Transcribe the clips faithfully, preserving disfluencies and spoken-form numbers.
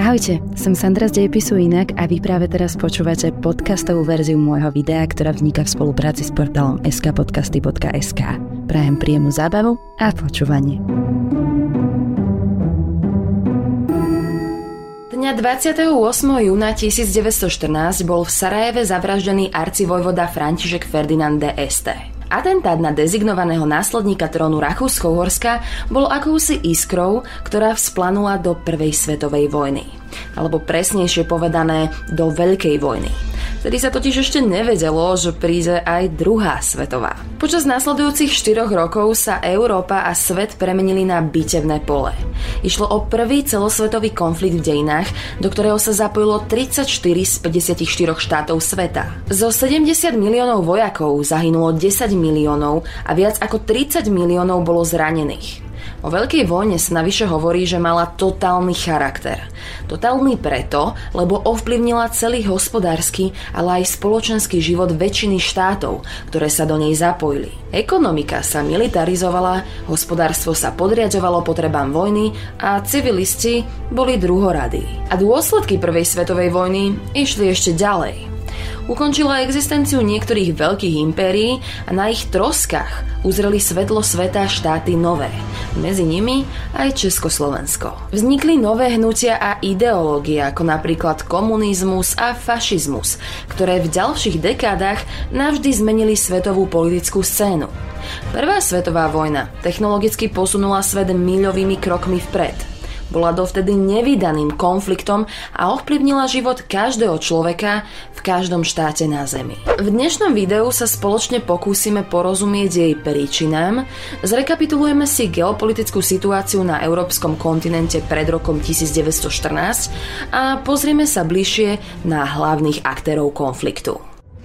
Ahojte, som Sandra z Dejepisu inak a vy práve teraz počúvate podcastovú verziu môjho videa, ktorá vzniká v spolupráci s portálom es ká podcasty bodka es ká. Prajem príjemnú zábavu a počúvanie. Dňa dvadsiateho ôsmeho júna tisícdeväťstoštrnásť bol v Sarajeve zavraždený arcivojvoda František Ferdinand d'Este. Atentát na dezignovaného následníka trónu Rakúsko-Uhorska bol akousi iskrou, ktorá vzplanula do Prvej svetovej vojny. Alebo presnejšie povedané, do Veľkej vojny. Vtedy sa totiž ešte nevedelo, že príde aj druhá svetová. Počas nasledujúcich štyroch rokov sa Európa a svet premenili na bitevné pole. Išlo o prvý celosvetový konflikt v dejinách, do ktorého sa zapojilo tridsaťštyri z päťdesiatštyri štátov sveta. Zo sedemdesiat miliónov vojakov zahynulo desať miliónov a viac ako tridsať miliónov bolo zranených. O Veľkej vojne sa navyše hovorí, že mala totálny charakter. Totálny preto, lebo ovplyvnila celý hospodársky, ale aj spoločenský život väčšiny štátov, ktoré sa do nej zapojili. Ekonomika sa militarizovala, hospodárstvo sa podriaďovalo potrebám vojny a civilisti boli druhoradí. A dôsledky Prvej svetovej vojny išli ešte ďalej. Ukončila existenciu niektorých veľkých impérií a na ich troskách uzreli svetlo sveta štáty nové, medzi nimi aj Československo. Vznikli nové hnutia a ideológie, ako napríklad komunizmus a fašizmus, ktoré v ďalších dekádach navždy zmenili svetovú politickú scénu. Prvá svetová vojna technologicky posunula svet miľovými krokmi vpred. Bola dovtedy nevídaným konfliktom a ovplyvnila život každého človeka v každom štáte na Zemi. V dnešnom videu sa spoločne pokúsime porozumieť jej príčinám, zrekapitulujeme si geopolitickú situáciu na európskom kontinente pred rokom tisícdeväťstoštrnásť a pozrieme sa bližšie na hlavných aktérov konfliktu.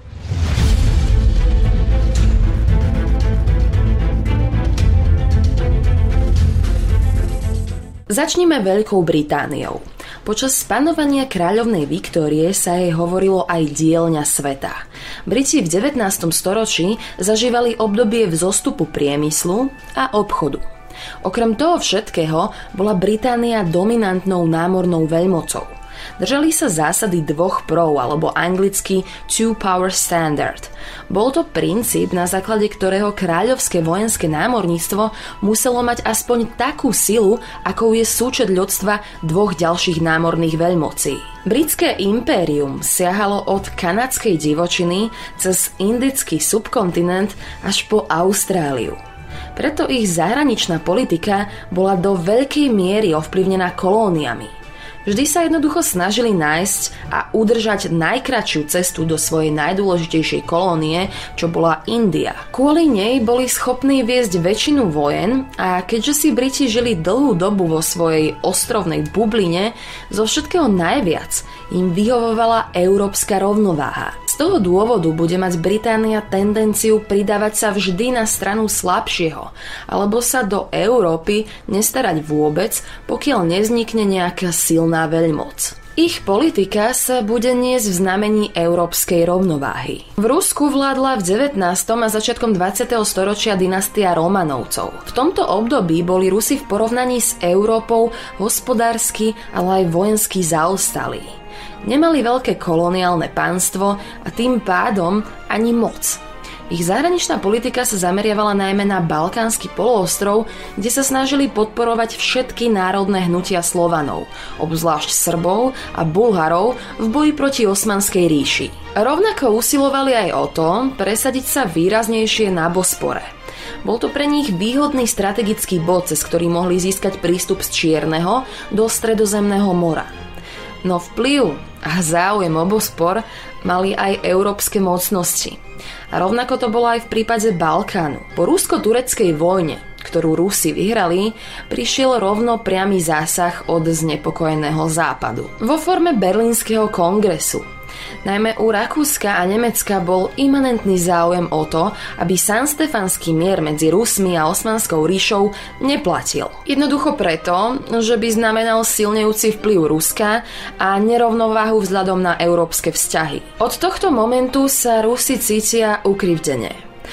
Začnime Veľkou Britániou. Počas panovania kráľovnej Viktórie sa jej hovorilo aj dielňa sveta. Briti v devätnástom storočí zažívali obdobie vzostupu priemyslu a obchodu. Okrem toho všetkého bola Británia dominantnou námornou veľmocou. Držali sa zásady dvoch prov, alebo anglicky two power standard. Bol to princíp, na základe ktorého kráľovské vojenské námorníctvo muselo mať aspoň takú silu, akou je súčet ľudstva dvoch ďalších námorných veľmocí. Britské impérium siahalo od kanadskej divočiny cez indický subkontinent až po Austráliu. Preto ich zahraničná politika bola do veľkej miery ovplyvnená kolóniami. Vždy sa jednoducho snažili nájsť a udržať najkratšiu cestu do svojej najdôležitejšej kolónie, čo bola India. Kvôli nej boli schopní viesť väčšinu vojen a keďže si Briti žili dlhú dobu vo svojej ostrovnej bubline, zo všetkého najviac im vyhovovala európska rovnováha. Z toho dôvodu bude mať Británia tendenciu pridávať sa vždy na stranu slabšieho, alebo sa do Európy nestarať vôbec, pokiaľ nevznikne nejaká silná veľmoc. Ich politika sa bude niesť v znamení európskej rovnováhy. V Rusku vládla v devätnástom a začiatkom dvadsiateho storočia dynastia Romanovcov. V tomto období boli Rusi v porovnaní s Európou hospodársky, ale aj vojensky zaostalí. Nemali veľké koloniálne pánstvo a tým pádom ani moc. Ich zahraničná politika sa zameriavala najmä na Balkánsky poloostrov, kde sa snažili podporovať všetky národné hnutia Slovanov, obzvlášť Srbov a Bulharov v boji proti Osmanskej ríši. Rovnako usilovali aj o to presadiť sa výraznejšie na Bospore. Bol to pre nich výhodný strategický bod, cez ktorý mohli získať prístup z Čierneho do Stredozemného mora. No vplyv a záujem o Bospor mali aj európske mocnosti. A rovnako to bolo aj v prípade Balkánu. Po rusko-tureckej vojne, ktorú Rusi vyhrali, prišiel rovno priamy zásah od znepokojeného západu vo forme Berlínskeho kongresu. Najmä u Rakúska a Nemecka bol imanentný záujem o to, aby sanstefanský mier medzi Rusmi a Osmanskou ríšou neplatil. Jednoducho preto, že by znamenal silnejúci vplyv Ruska a nerovnováhu vzhľadom na európske vzťahy. Od tohto momentu sa Rusi cítia ukrivdene.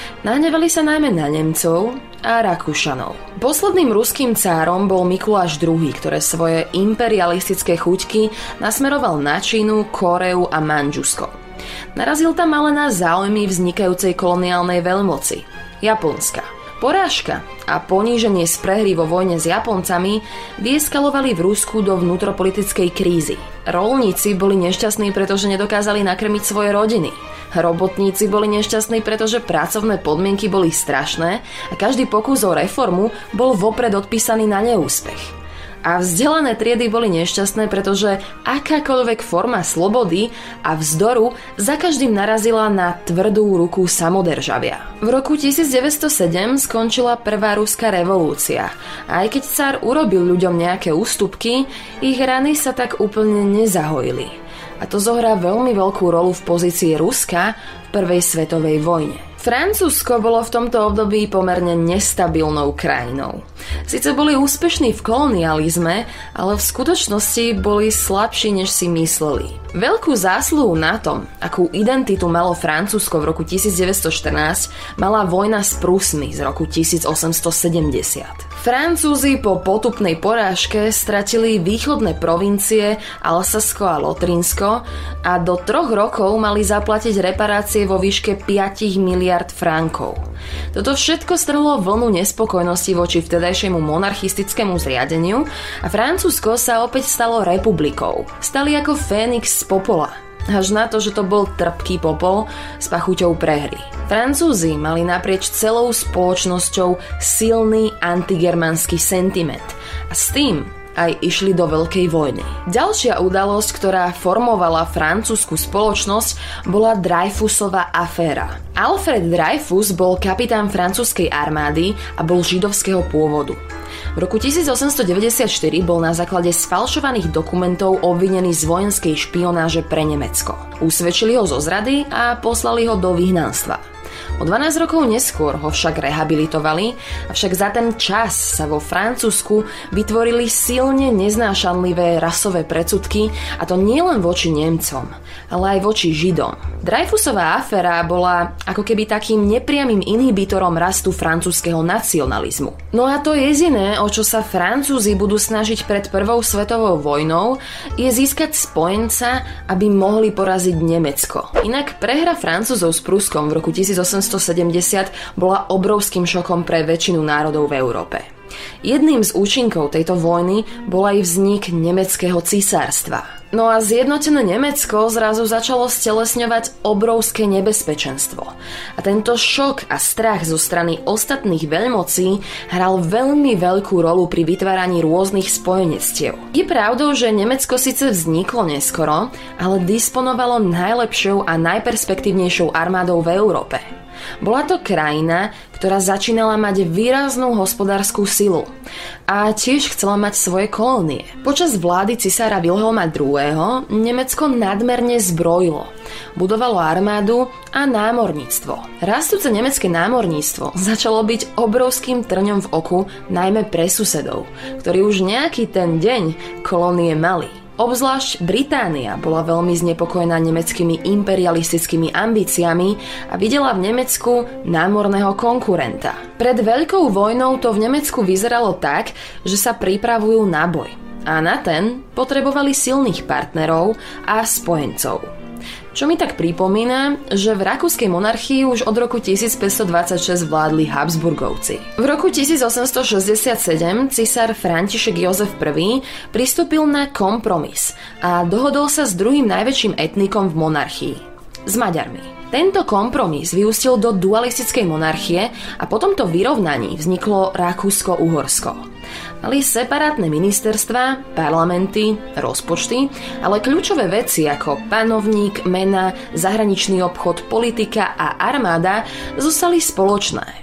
Nahnevali sa najmä na Nemcov a Rakúšanov. Posledným ruským cárom bol Mikuláš druhý, ktoré svoje imperialistické chuťky nasmeroval na Čínu, Kóreu a Mandžusko. Narazil tam ale na záujmy vznikajúcej koloniálnej veľmoci – Japonska. Porážka a poníženie z prehry vo vojne s Japoncami vyeskalovali v Rusku do vnútropolitickej krízy. Roľníci boli nešťastní, pretože nedokázali nakrmiť svoje rodiny. Robotníci boli nešťastní, pretože pracovné podmienky boli strašné a každý pokus o reformu bol vopred odpísaný na neúspech. A vzdelané triedy boli nešťastné, pretože akákoľvek forma slobody a vzdoru za každým narazila na tvrdú ruku samodržavia. V roku devätnásťstosedem skončila prvá ruská revolúcia a aj keď cár urobil ľuďom nejaké ústupky, ich rany sa tak úplne nezahojili. A to zohrá veľmi veľkú rolu v pozícii Ruska v prvej svetovej vojne. Francúzsko bolo v tomto období pomerne nestabilnou krajinou. Sice boli úspešní v kolonializme, ale v skutočnosti boli slabší, než si mysleli. Veľkú zásluhu na tom, akú identitu malo Francúzsko v roku devätnásťstoštrnásť, mala vojna s Prusmi z roku osemnásťstosedemdesiat. Francúzi po potupnej porážke stratili východné provincie Alsasko a Lotrinsko a do troch rokov mali zaplatiť reparácie vo výške päť miliárd frankov. Toto všetko strhlo vlnu nespokojnosti voči vtedajšiemu monarchistickému zriadeniu a Francúzsko sa opäť stalo republikou. Stali ako Fénix z popola. Až na to, že to bol trpký popol s pachuťou prehry. Francúzi mali naprieč celou spoločnosťou silný antigermánsky sentiment a s tým aj išli do veľkej vojny. Ďalšia udalosť, ktorá formovala francúzsku spoločnosť, bola Dreyfusova aféra. Alfred Dreyfus bol kapitán francúzskej armády a bol židovského pôvodu. V roku osemnásťstodeväťdesiatštyri bol na základe sfalšovaných dokumentov obvinený z vojenskej špionáže pre Nemecko. Usvedčili ho zo zrady a poslali ho do vyhnanstva. O dvanásť rokov neskôr ho však rehabilitovali, avšak za ten čas sa vo Francúzsku vytvorili silne neznášanlivé rasové predsudky, a to nielen voči Nemcom, ale aj voči Židom. Dreyfusová aféra bola ako keby takým nepriamym inhibitorom rastu francúzskeho nacionalizmu. No a to jediné, o čo sa Francúzi budú snažiť pred prvou svetovou vojnou, je získať spojenca, aby mohli poraziť Nemecko. Inak prehra Francúzov s Pruskom v roku osemnásťstosedemdesiat bola obrovským šokom pre väčšinu národov v Európe. Jedným z účinkov tejto vojny bol aj vznik nemeckého císarstva. No a zjednotené Nemecko zrazu začalo stelesňovať obrovské nebezpečenstvo. A tento šok a strach zo strany ostatných veľmocí hral veľmi veľkú rolu pri vytváraní rôznych spojenectiev. Je pravdou, že Nemecko síce vzniklo neskoro, ale disponovalo najlepšou a najperspektívnejšou armádou v Európe. Bola to krajina, ktorá začínala mať výraznú hospodárskú silu a tiež chcela mať svoje kolónie. Počas vlády cisára Wilhelma druhého. Nemecko nadmerne zbrojilo, budovalo armádu a námorníctvo. Rastúce nemecké námorníctvo začalo byť obrovským trňom v oku najmä pre susedov, ktorí už nejaký ten deň kolónie mali. Obzvlášť Británia bola veľmi znepokojená nemeckými imperialistickými ambíciami a videla v Nemecku námorného konkurenta. Pred Veľkou vojnou to v Nemecku vyzeralo tak, že sa pripravujú na boj. A na ten potrebovali silných partnerov a spojencov. Čo mi tak pripomína, že v rakúskej monarchii už od roku tisícpäťstodvadsaťšesť vládli Habsburgovci. V roku tisícosemstošesťdesiatsedem cisár František Jozef I. pristúpil na kompromis a dohodol sa s druhým najväčším etnikom v monarchii, s Maďarmi. Tento kompromis vyústil do dualistickej monarchie a po tomto vyrovnaní vzniklo Rakúsko-Uhorsko. Mali separátne ministerstvá, parlamenty, rozpočty, ale kľúčové veci ako panovník, mena, zahraničný obchod, politika a armáda zostali spoločné.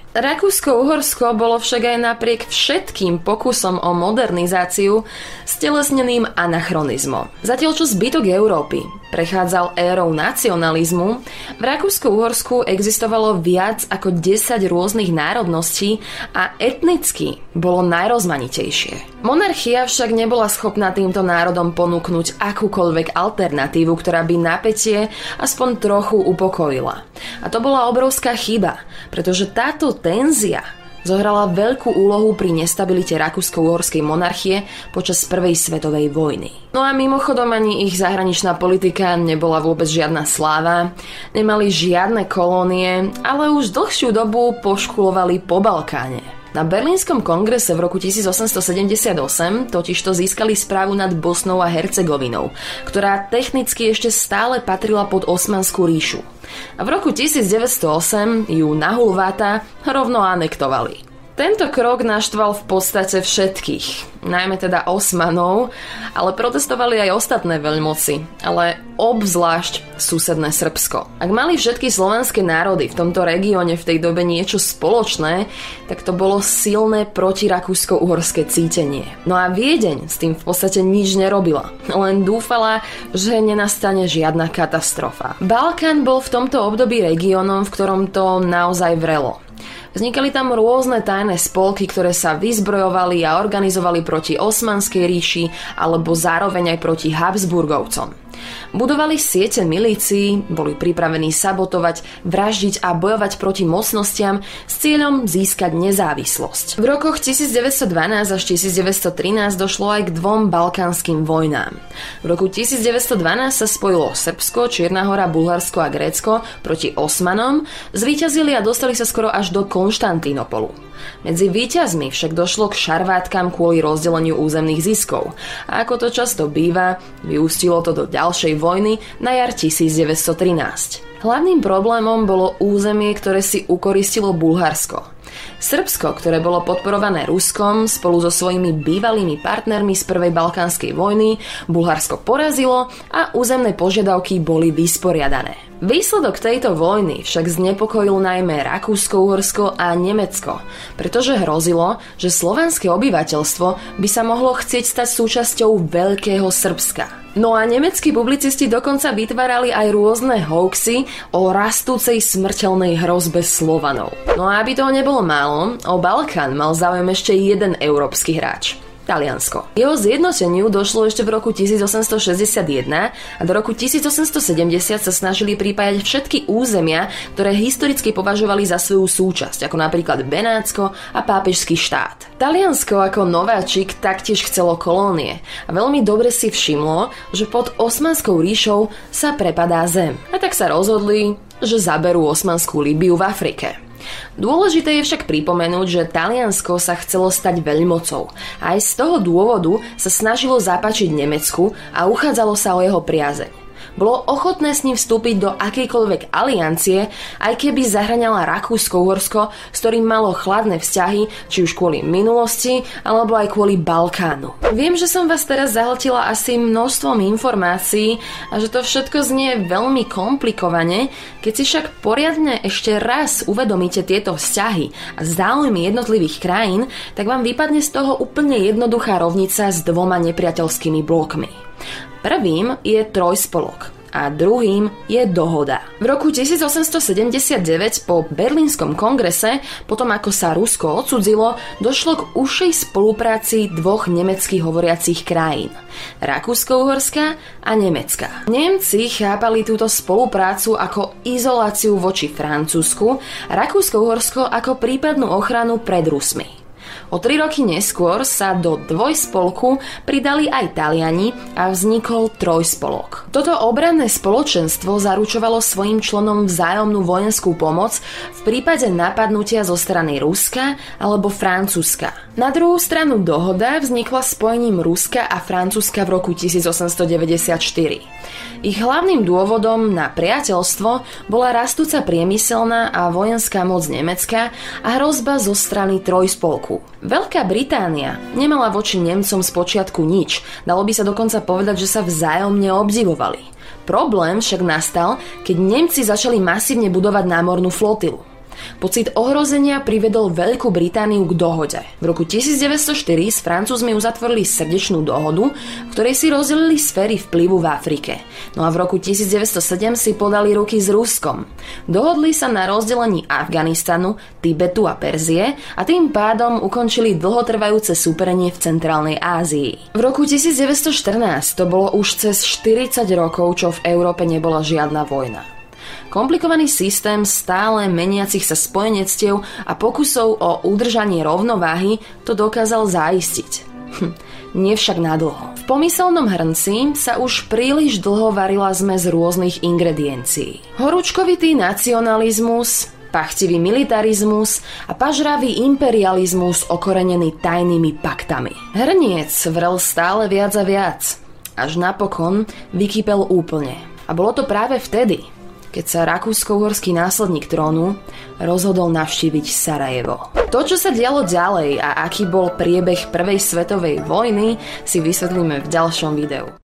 Rakúsko-Uhorsko bolo však aj napriek všetkým pokusom o modernizáciu stelesneným anachronizmom. Zatiaľ čo zbytok Európy prechádzal érou nacionalizmu, v Rakúsko-Uhorsku existovalo viac ako desať rôznych národností a etnicky bolo najrozmanitejšie. Monarchia však nebola schopná týmto národom ponúknuť akúkoľvek alternatívu, ktorá by napätie aspoň trochu upokojila. A to bola obrovská chyba, pretože táto tenzia zohrala veľkú úlohu pri nestabilite rakúsko-uhorskej monarchie počas prvej svetovej vojny. No a mimochodom ani ich zahraničná politika nebola vôbec žiadna sláva, nemali žiadne kolónie, ale už dlhšiu dobu poškulovali po Balkáne. Na Berlínskom kongrese v roku tisícosemstosedemdesiatosem totižto získali správu nad Bosnou a Hercegovinou, ktorá technicky ešte stále patrila pod Osmanskú ríšu. A v roku tisícdeväťstoosem ju na Hulváta rovno anektovali. Tento krok naštval v podstate všetkých, najmä teda Osmanov, ale protestovali aj ostatné veľmoci, ale obzvlášť susedné Srbsko. Ak mali všetky slovanské národy v tomto regióne v tej dobe niečo spoločné, tak to bolo silné protirakúsko-uhorské cítenie. No a Viedeň s tým v podstate nič nerobila, len dúfala, že nenastane žiadna katastrofa. Balkán bol v tomto období regiónom, v ktorom to naozaj vrelo. Vznikali tam rôzne tajné spolky, ktoré sa vyzbrojovali a organizovali proti Osmanskej ríši alebo zároveň aj proti Habsburgovcom. Budovali siete milícií, boli pripravení sabotovať, vraždiť a bojovať proti mocnostiam s cieľom získať nezávislosť. V rokoch tisícdeväťstodvanásť až tisícdeväťstotrinásť došlo aj k dvom balkánskym vojnám. V roku tisícdeväťstodvanásť sa spojilo Srbsko, Čierna Hora, Bulharsko a Grécko proti Osmanom, zvíťazili a dostali sa skoro až do Konštantínopolu. Medzi víťazmi však došlo k šarvátkam kvôli rozdeleniu územných ziskov. A ako to často býva, vyústilo to do ďalšej vojny na jar tisícdeväťstotrinásť. Hlavným problémom bolo územie, ktoré si ukoristilo Bulharsko. Srbsko, ktoré bolo podporované Ruskom spolu so svojimi bývalými partnermi z prvej balkánskej vojny, Bulharsko porazilo a územné požiadavky boli vysporiadané. Výsledok tejto vojny však znepokojil najmä Rakúsko-Uhorsko a Nemecko, pretože hrozilo, že slovanské obyvateľstvo by sa mohlo chcieť stať súčasťou Veľkého Srbska. No a nemeckí publicisti dokonca vytvárali aj rôzne hoaxy o rastúcej smrteľnej hrozbe Slovanov. No a aby toho nebolo málo, o Balkán mal záujem ešte jeden európsky hráč. Taliansko. Jeho zjednoteniu došlo ešte v roku tisícosemstošesťdesiatjeden a do roku tisícosemstosedemdesiat sa snažili pripájať všetky územia, ktoré historicky považovali za svoju súčasť, ako napríklad Benátsko a pápežský štát. Taliansko ako nováčik taktiež chcelo kolónie a veľmi dobre si všimlo, že pod Osmanskou ríšou sa prepadá zem. A tak sa rozhodli, že zaberú Osmanskú Líbiu v Afrike. Dôležité je však pripomenúť, že Taliansko sa chcelo stať veľmocou a aj z toho dôvodu sa snažilo zapáčiť Nemecku a uchádzalo sa o jeho priazeň. Bolo ochotné s ním vstúpiť do akejkoľvek aliancie, aj keby zahŕňala Rakúsko-Uhorsko, s ktorým malo chladné vzťahy, či už kvôli minulosti, alebo aj kvôli Balkánu. Viem, že som vás teraz zahltila asi množstvom informácií a že to všetko znie veľmi komplikovane, keď si však poriadne ešte raz uvedomíte tieto vzťahy a záujmy jednotlivých krajín, tak vám vypadne z toho úplne jednoduchá rovnica s dvoma nepriateľskými blokmi. Prvým je trojspolok a druhým je dohoda. V roku tisícosemstosedemdesiatdeväť po Berlínskom kongrese, potom ako sa Rusko odcudzilo, došlo k užšej spolupráci dvoch nemeckých hovoriacich krajín, Rakúsko-Uhorska a Nemecka. Nemci chápali túto spoluprácu ako izoláciu voči Francúzsku a Rakúsko-Uhorsko ako prípadnú ochranu pred Rusmi. O tri roky neskôr sa do dvojspolku pridali aj Taliani a vznikol trojspolok. Toto obranné spoločenstvo zaručovalo svojim členom vzájomnú vojenskú pomoc v prípade napadnutia zo strany Ruska alebo Francúzska. Na druhú stranu dohoda vznikla spojením Ruska a Francúzska v roku tisícosemstodeväťdesiatštyri. Ich hlavným dôvodom na priateľstvo bola rastúca priemyselná a vojenská moc Nemecka a hrozba zo strany trojspolku. Veľká Británia nemala voči Nemcom spočiatku nič, dalo by sa dokonca povedať, že sa vzájomne obdivovali. Problém však nastal, keď Nemci začali masívne budovať námornú flotilu. Pocit ohrozenia privedol Veľkú Britániu k dohode. V roku devätnásťstoštyri s Francúzmi uzatvorili srdečnú dohodu, v ktorej si rozdelili sféry vplyvu v Afrike. No a v roku devätnásťstosedem si podali ruky s Ruskom. Dohodli sa na rozdelení Afganistanu, Tibetu a Perzie a tým pádom ukončili dlhotrvajúce súperenie v Centrálnej Ázii. V roku devätnásťstoštrnásť to bolo už cez štyridsať rokov, čo v Európe nebola žiadna vojna. Komplikovaný systém stále meniacich sa spojenectiev a pokusov o udržanie rovnováhy to dokázal zaistiť. Hm, nie však nadlho. V pomyselnom hrnci sa už príliš dlho varila zmes rôznych ingrediencií. Horúčkovitý nacionalizmus, pachtivý militarizmus a pažravý imperializmus okorenený tajnými paktami. Hrniec vrel stále viac a viac, až napokon vykypel úplne. A bolo to práve vtedy, keď sa rakúsko-uhorský následník trónu rozhodol navštíviť Sarajevo. To, čo sa dialo ďalej a aký bol priebeh Prvej svetovej vojny, si vysvetlíme v ďalšom videu.